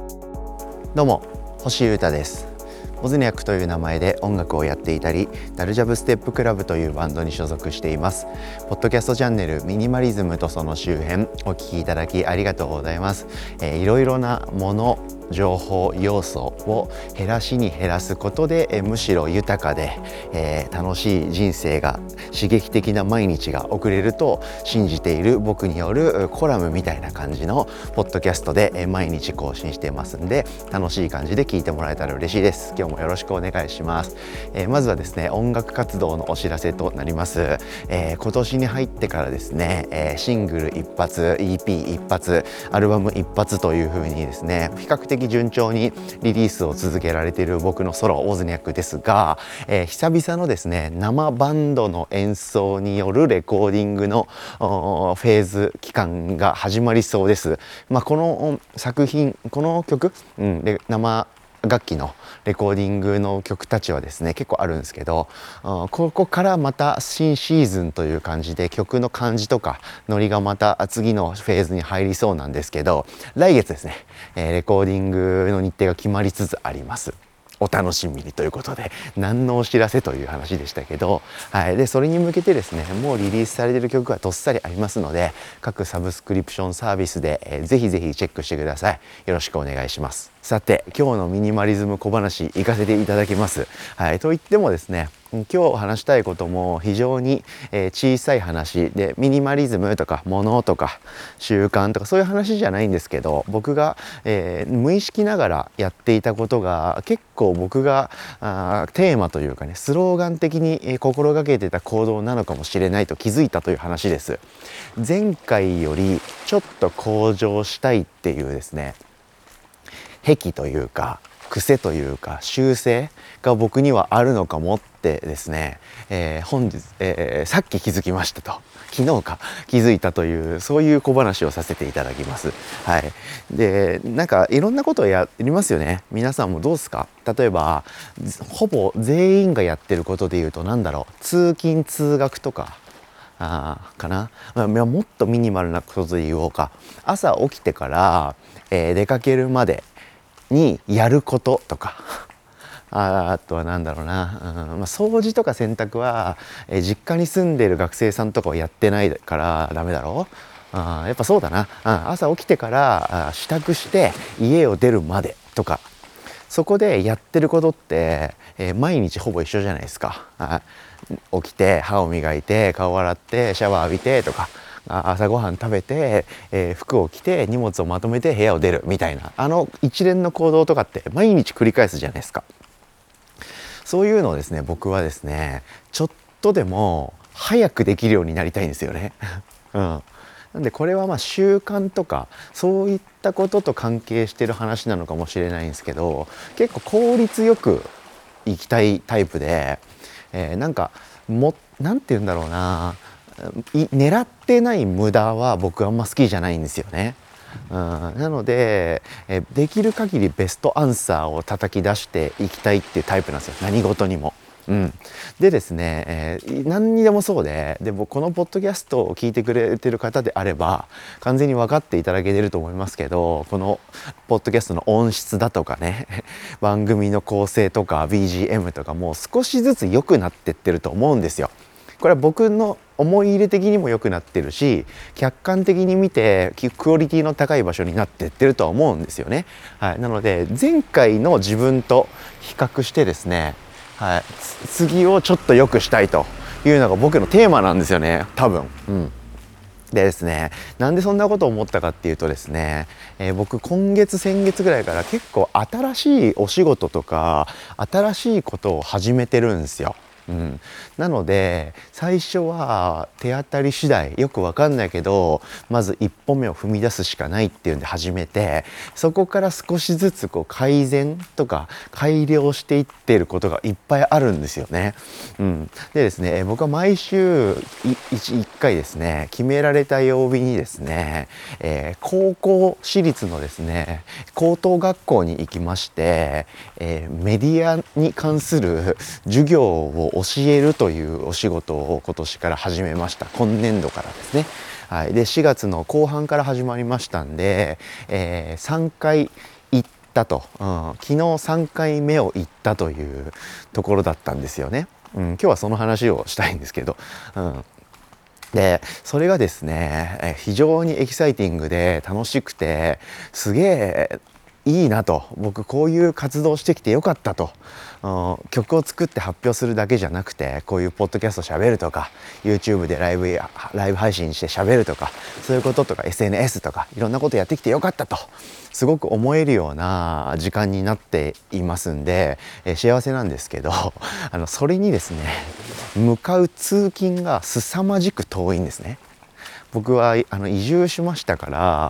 どうも、星優太です。オズニャックという名前で音楽をやっていたり、ダルジャブステップクラブというバンドに所属しています。ポッドキャストチャンネルミニマリズムとその周辺お聞きいただきありがとうございます。いろいろなもの、情報、要素を減らしに減らすことで、むしろ豊かで、楽しい人生が刺激的な毎日が送れると信じている僕によるコラムみたいな感じのポッドキャストで毎日更新していますんで、楽しい感じで聞いてもらえたら嬉しいです。今日もよろしくお願いします。まずはですね、音楽活動のお知らせとなります。今年に入ってからですね、シングル一発、EP 一発、アルバム一発という風にですね、比較的順調にリリースを続けられている僕のソロオズニャックですが、久々のですね、生バンドの演奏によるレコーディングのフェーズ期間が始まりそうです。この作品、この曲、で生楽器のレコーディングの曲たちはですね結構あるんですけど、ここからまた新シーズンという感じで曲の感じとかノリがまた次のフェーズに入りそうなんですけど、来月ですね、レコーディングの日程が決まりつつあります。お楽しみにということで、何のお知らせという話でしたけど、でそれに向けてですね、もうリリースされている曲がどっさりありますので、各サブスクリプションサービスで、ぜひぜひチェックしてください。よろしくお願いします。さて、今日のミニマリズム小話行かせていただきます。といってもですね、今日話したいことも非常に小さい話で、ミニマリズムとか物とか習慣とかそういう話じゃないんですけど、僕が無意識ながらやっていたことが結構僕がテーマというかね、スローガン的に心がけてた行動なのかもしれないと気づいたという話です。前回よりちょっと向上したいっていうですね、癖というか癖というか習性が僕にはあるのかもってですね、本日、さっき気づきましたと、昨日か気づいたという、そういう小話をさせていただきます。でなんかいろんなことをやりますよね。皆さんもどうですか？例えばほぼ全員がやってることでいうと、なんだろう、通勤通学とかかな、もっとミニマルなことで言おうか、朝起きてから、出かけるまでにやることとかあとはなんだろうな、掃除とか洗濯は、実家に住んでる学生さんとかはやってないからダメだろう。やっぱそうだな、朝起きてから支度して家を出るまでとか、そこでやってることって、毎日ほぼ一緒じゃないですか。起きて歯を磨いて顔洗ってシャワー浴びてとか、朝ごはん食べて、服を着て荷物をまとめて部屋を出るみたいな、一連の行動とかって毎日繰り返すじゃないですか。そういうのをですね、僕はですね、ちょっとでも早くできるようになりたいんですよね。なんでこれは習慣とかそういったことと関係してる話なのかもしれないんですけど、結構効率よくいきたいタイプで、なんて言うんだろうな、狙ってない無駄は僕あんま好きじゃないんですよね。なので、できる限りベストアンサーを叩き出していきたいっていうタイプなんですよ、何事にも。でですね、何にでもそうで、僕このポッドキャストを聞いてくれてる方であれば完全に分かっていただけてると思いますけど、このポッドキャストの音質だとかね番組の構成とか BGM とかも少しずつ良くなってってると思うんですよ。これは僕の思い入れ的にも良くなってるし、客観的に見てクオリティの高い場所になってってるとは思うんですよね。なので前回の自分と比較してですね、次をちょっと良くしたいというのが僕のテーマなんですよね、多分。でですね、なんでそんなことを思ったかっていうとですね、僕先月ぐらいから結構新しいお仕事とか新しいことを始めてるんですよ。なので最初は手当たり次第よくわかんないけど、まず一歩目を踏み出すしかないっていうんで始めて、そこから少しずつ改善とか改良していっていることがいっぱいあるんですよね。でですね、僕は毎週1回ですね、決められた曜日にですね、高校私立のですね高等学校に行きまして、メディアに関する授業を教えるというお仕事を今年から始めました。今年度からですね。で4月の後半から始まりましたんで、3回行っったと、昨日3回目を行ったというところだったんですよね。今日はその話をしたいんですけど、でそれがですね、非常にエキサイティングで楽しくて、すげえいいなと、僕こういう活動してきてよかったと、曲を作って発表するだけじゃなくて、こういうポッドキャスト喋るとか YouTube でライブ配信して喋るとか、そういうこととか SNS とかいろんなことやってきてよかったとすごく思えるような時間になっていますんで、幸せなんですけど、それにですね向かう通勤が凄まじく遠いんですね。僕は移住しましたから、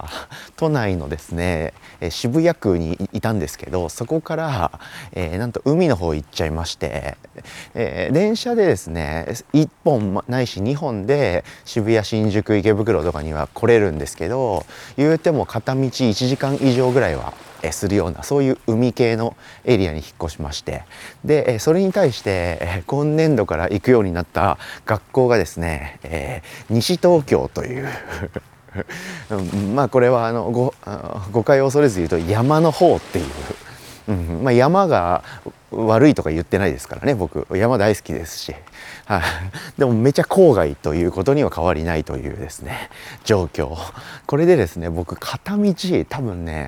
都内のですね渋谷区にいたんですけど、そこから、なんと海の方行っちゃいまして、電車でですね1本ないし2本で渋谷、新宿、池袋とかには来れるんですけど、言うても片道1時間以上ぐらいはするような、そういう海系のエリアに引っ越しまして、でそれに対して今年度から行くようになった学校がですね、西東京というまあこれは誤解を恐れず言うと山の方っていう、山が悪いとか言ってないですからね、僕山大好きですし、でもめちゃ郊外ということには変わりないというですね状況。これでですね僕片道多分ね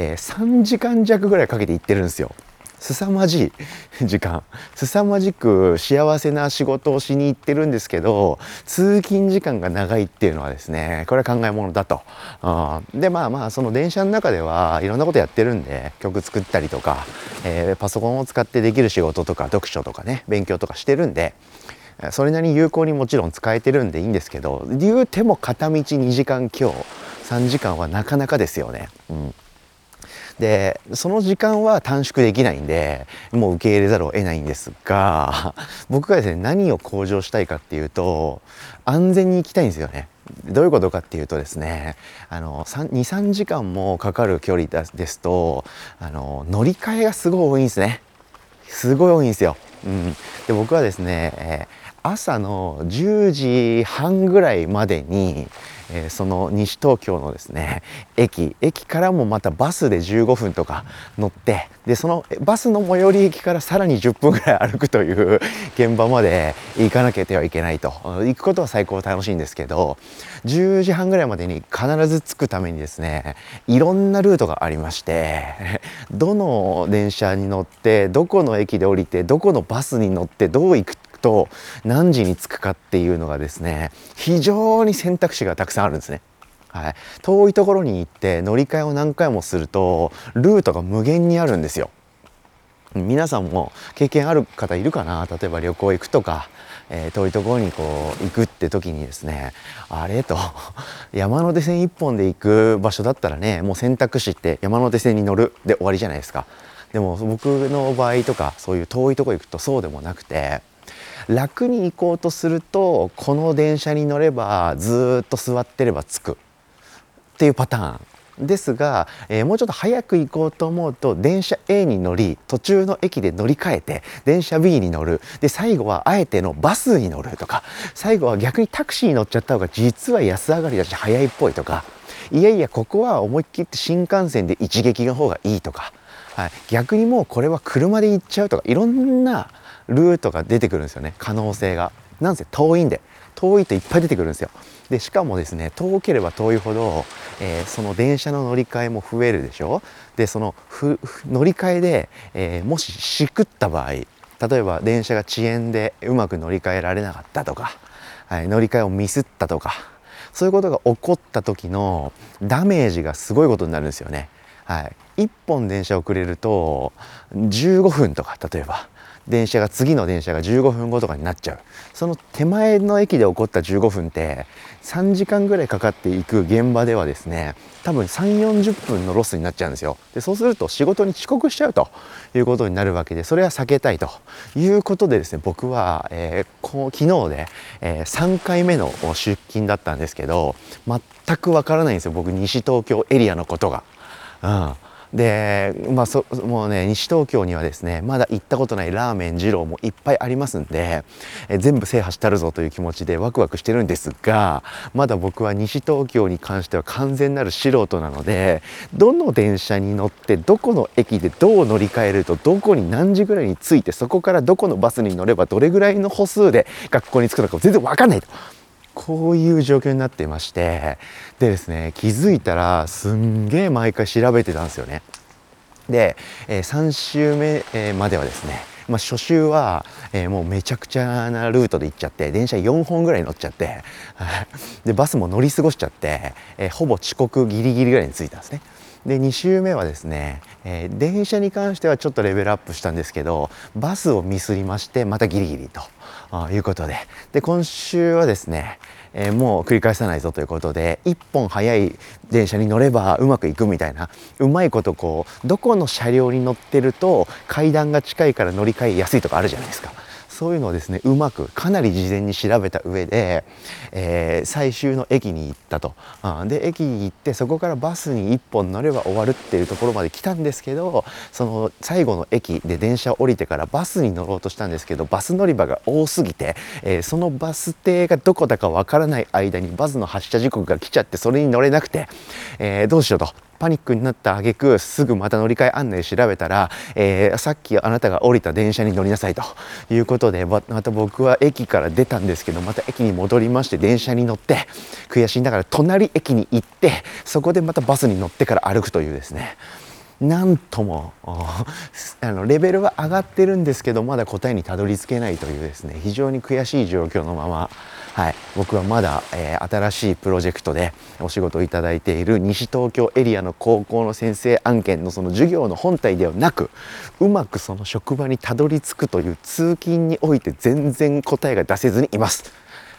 3時間弱ぐらいかけて行ってるんですよ。凄まじい時間、凄まじく幸せな仕事をしに行ってるんですけど、通勤時間が長いっていうのはですね、これは考えものだと。でその電車の中ではいろんなことやってるんで、曲作ったりとか、パソコンを使ってできる仕事とか読書とかね、勉強とかしてるんで、それなりに有効にもちろん使えてるんでいいんですけど、言うても片道2時間強3時間はなかなかですよね。でその時間は短縮できないんで、もう受け入れざるを得ないんですが、僕がですね何を向上したいかっていうと、安全に行きたいんですよね。どういうことかっていうとですね、2,3 時間もかかる距離ですと乗り換えがすごい多いんですね。すごい多いんですよ。で僕はですね、朝の10時半ぐらいまでに、その西東京のですね駅からもまたバスで15分とか乗って、でそのバスの最寄り駅からさらに10分ぐらい歩くという現場まで行かなきゃいけないと。行くことは最高楽しいんですけど、10時半ぐらいまでに必ず着くためにですね、いろんなルートがありまして、どの電車に乗ってどこの駅で降りてどこのバスに乗ってどう行くと何時に着くかっていうのがですね、非常に選択肢がたくさんあるんですね。遠いところに行って乗り換えを何回もするとルートが無限にあるんですよ。皆さんも経験ある方いるかな。例えば旅行行くとか、遠いところにこう行くって時にですね、あれと山手線一本で行く場所だったらね、もう選択肢って山手線に乗るで終わりじゃないですか。でも僕の場合とかそういう遠いところ行くとそうでもなくて、楽に行こうとするとこの電車に乗ればずっと座ってれば着くっていうパターンですが、もうちょっと早く行こうと思うと電車 A に乗り、途中の駅で乗り換えて電車 B に乗る、で最後はあえてのバスに乗るとか、最後は逆にタクシーに乗っちゃった方が実は安上がりだし早いっぽいとか、いやいやここは思いっきって新幹線で一撃の方がいいとか、逆にもうこれは車で行っちゃうとか、いろんなルートが出てくるんですよね。可能性がなんせ遠いんで、遠いといっぱい出てくるんですよ。でしかもですね、遠ければ遠いほど、その電車の乗り換えも増えるでしょ。でその乗り換えで、もししくった場合、例えば電車が遅延でうまく乗り換えられなかったとか、乗り換えをミスったとか、そういうことが起こった時のダメージがすごいことになるんですよね。1本電車遅れると15分とか、例えば次の電車が15分後とかになっちゃう。その手前の駅で起こった15分って3時間ぐらいかかっていく現場ではですね、多分3、40分のロスになっちゃうんですよ。でそうすると仕事に遅刻しちゃうということになるわけで、それは避けたいということでですね、僕は、昨日で、3回目の出勤だったんですけど、全くわからないんですよ、僕西東京エリアのことが。 で、もうね、西東京にはですね、まだ行ったことないラーメン二郎もいっぱいありますんで、全部制覇したるぞという気持ちでワクワクしてるんですが、まだ僕は西東京に関しては完全なる素人なので、どの電車に乗ってどこの駅でどう乗り換えると、どこに何時ぐらいに着いて、そこからどこのバスに乗ればどれぐらいの歩数で学校に着くのか全然分かんないと。こういう状況になっていまして、でですね、気づいたらすんげえ毎回調べてたんですよね。で、3週目、まではですね、初週は、もうめちゃくちゃなルートで行っちゃって、電車4本ぐらい乗っちゃってでバスも乗り過ごしちゃって、ほぼ遅刻ギリギリぐらいに着いたんですね。で2週目はですね、電車に関してはちょっとレベルアップしたんですけど、バスをミスりましてまたギリギリということで、今週はですね、もう繰り返さないぞということで、1本早い電車に乗ればうまくいくみたいな、うまいことこうどこの車両に乗ってると階段が近いから乗り換えやすいとかあるじゃないですか。そういうのをですね、うまくかなり事前に調べた上で、最終の駅に行ったと。で駅に行って、そこからバスに1本乗れば終わるっていうところまで来たんですけど、その最後の駅で電車を降りてからバスに乗ろうとしたんですけど、バス乗り場が多すぎて、そのバス停がどこだかわからない間にバスの発車時刻が来ちゃって、それに乗れなくて、どうしようと。パニックになった挙句、すぐまた乗り換え案内調べたら、さっきあなたが降りた電車に乗りなさいということで、また僕は駅から出たんですけど、また駅に戻りまして電車に乗って、悔しいながら隣駅に行って、そこでまたバスに乗ってから歩くというですね、なんともレベルは上がってるんですけど、まだ答えにたどり着けないというですね、非常に悔しい状況のまま、僕はまだ、新しいプロジェクトでお仕事をいただいている西東京エリアの高校の先生案件のその授業の本体ではなく、うまくその職場にたどり着くという通勤において全然答えが出せずにいます。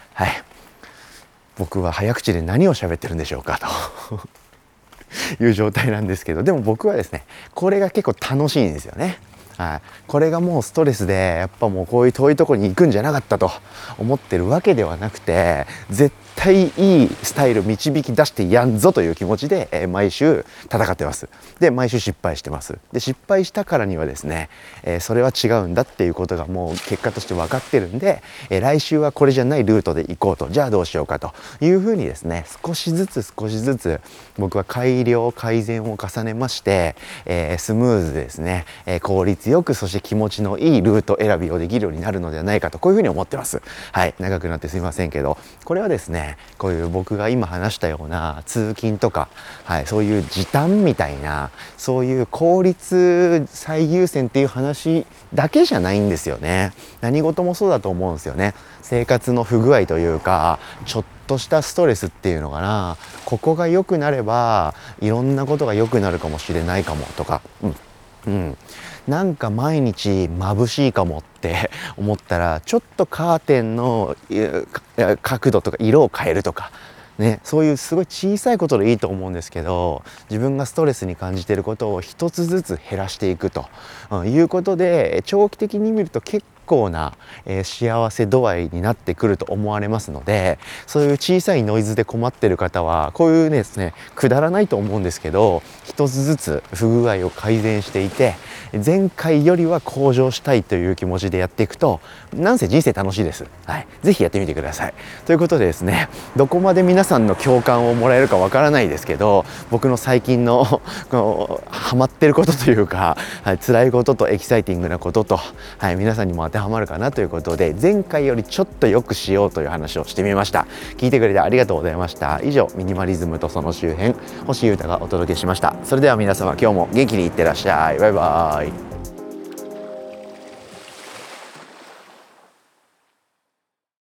僕は早口で何を喋ってるんでしょうかという状態なんですけど、でも僕はですね、これが結構楽しいんですよね。これがもうストレスで、やっぱもうこういう遠いところに行くんじゃなかったと思ってるわけではなくて、絶対いいスタイル導き出してやんぞという気持ちで、毎週戦ってます。で毎週失敗してます。で失敗したからにはですね、それは違うんだっていうことがもう結果として分かってるんで、来週はこれじゃないルートで行こうと、じゃあどうしようかというふうにですね、少しずつ僕は改善を重ねまして、スムーズでですね、効率よく、そして気持ちのいいルート選びをできるようになるのではないかと、こういうふうに思ってます。長くなってすいませんけど、これはですね、こういう僕が今話したような通勤とか、そういう時短みたいな、そういう効率最優先っていう話だけじゃないんですよね。何事もそうだと思うんですよね。生活の不具合というか、ちょっとしたストレスっていうのかな、ここが良くなればいろんなことが良くなるかもしれないかもとか、なんか毎日眩しいかもって思ったら、ちょっとカーテンの角度とか色を変えるとかね、そういうすごい小さいことでいいと思うんですけど、自分がストレスに感じていることを一つずつ減らしていくということで、長期的に見ると結構な、幸せ度合いになってくると思われますので、そういう小さいノイズで困っている方はこういうですね、くだらないと思うんですけど、一つずつ不具合を改善していて、前回よりは向上したいという気持ちでやっていくと、なんせ人生楽しいです。ぜひやってみてください。ということでですね、どこまで皆さんの共感をもらえるかわからないですけど、僕の最近のハマってることというか、辛いこととエキサイティングなことと、皆さんにも当てはまるかなということで、前回よりちょっと良くしようという話をしてみました。聞いてくれてありがとうございました。以上、ミニマリズムとその周辺、星優太がお届けしました。それでは皆様、今日も元気にいってらっしゃい。バイバイ。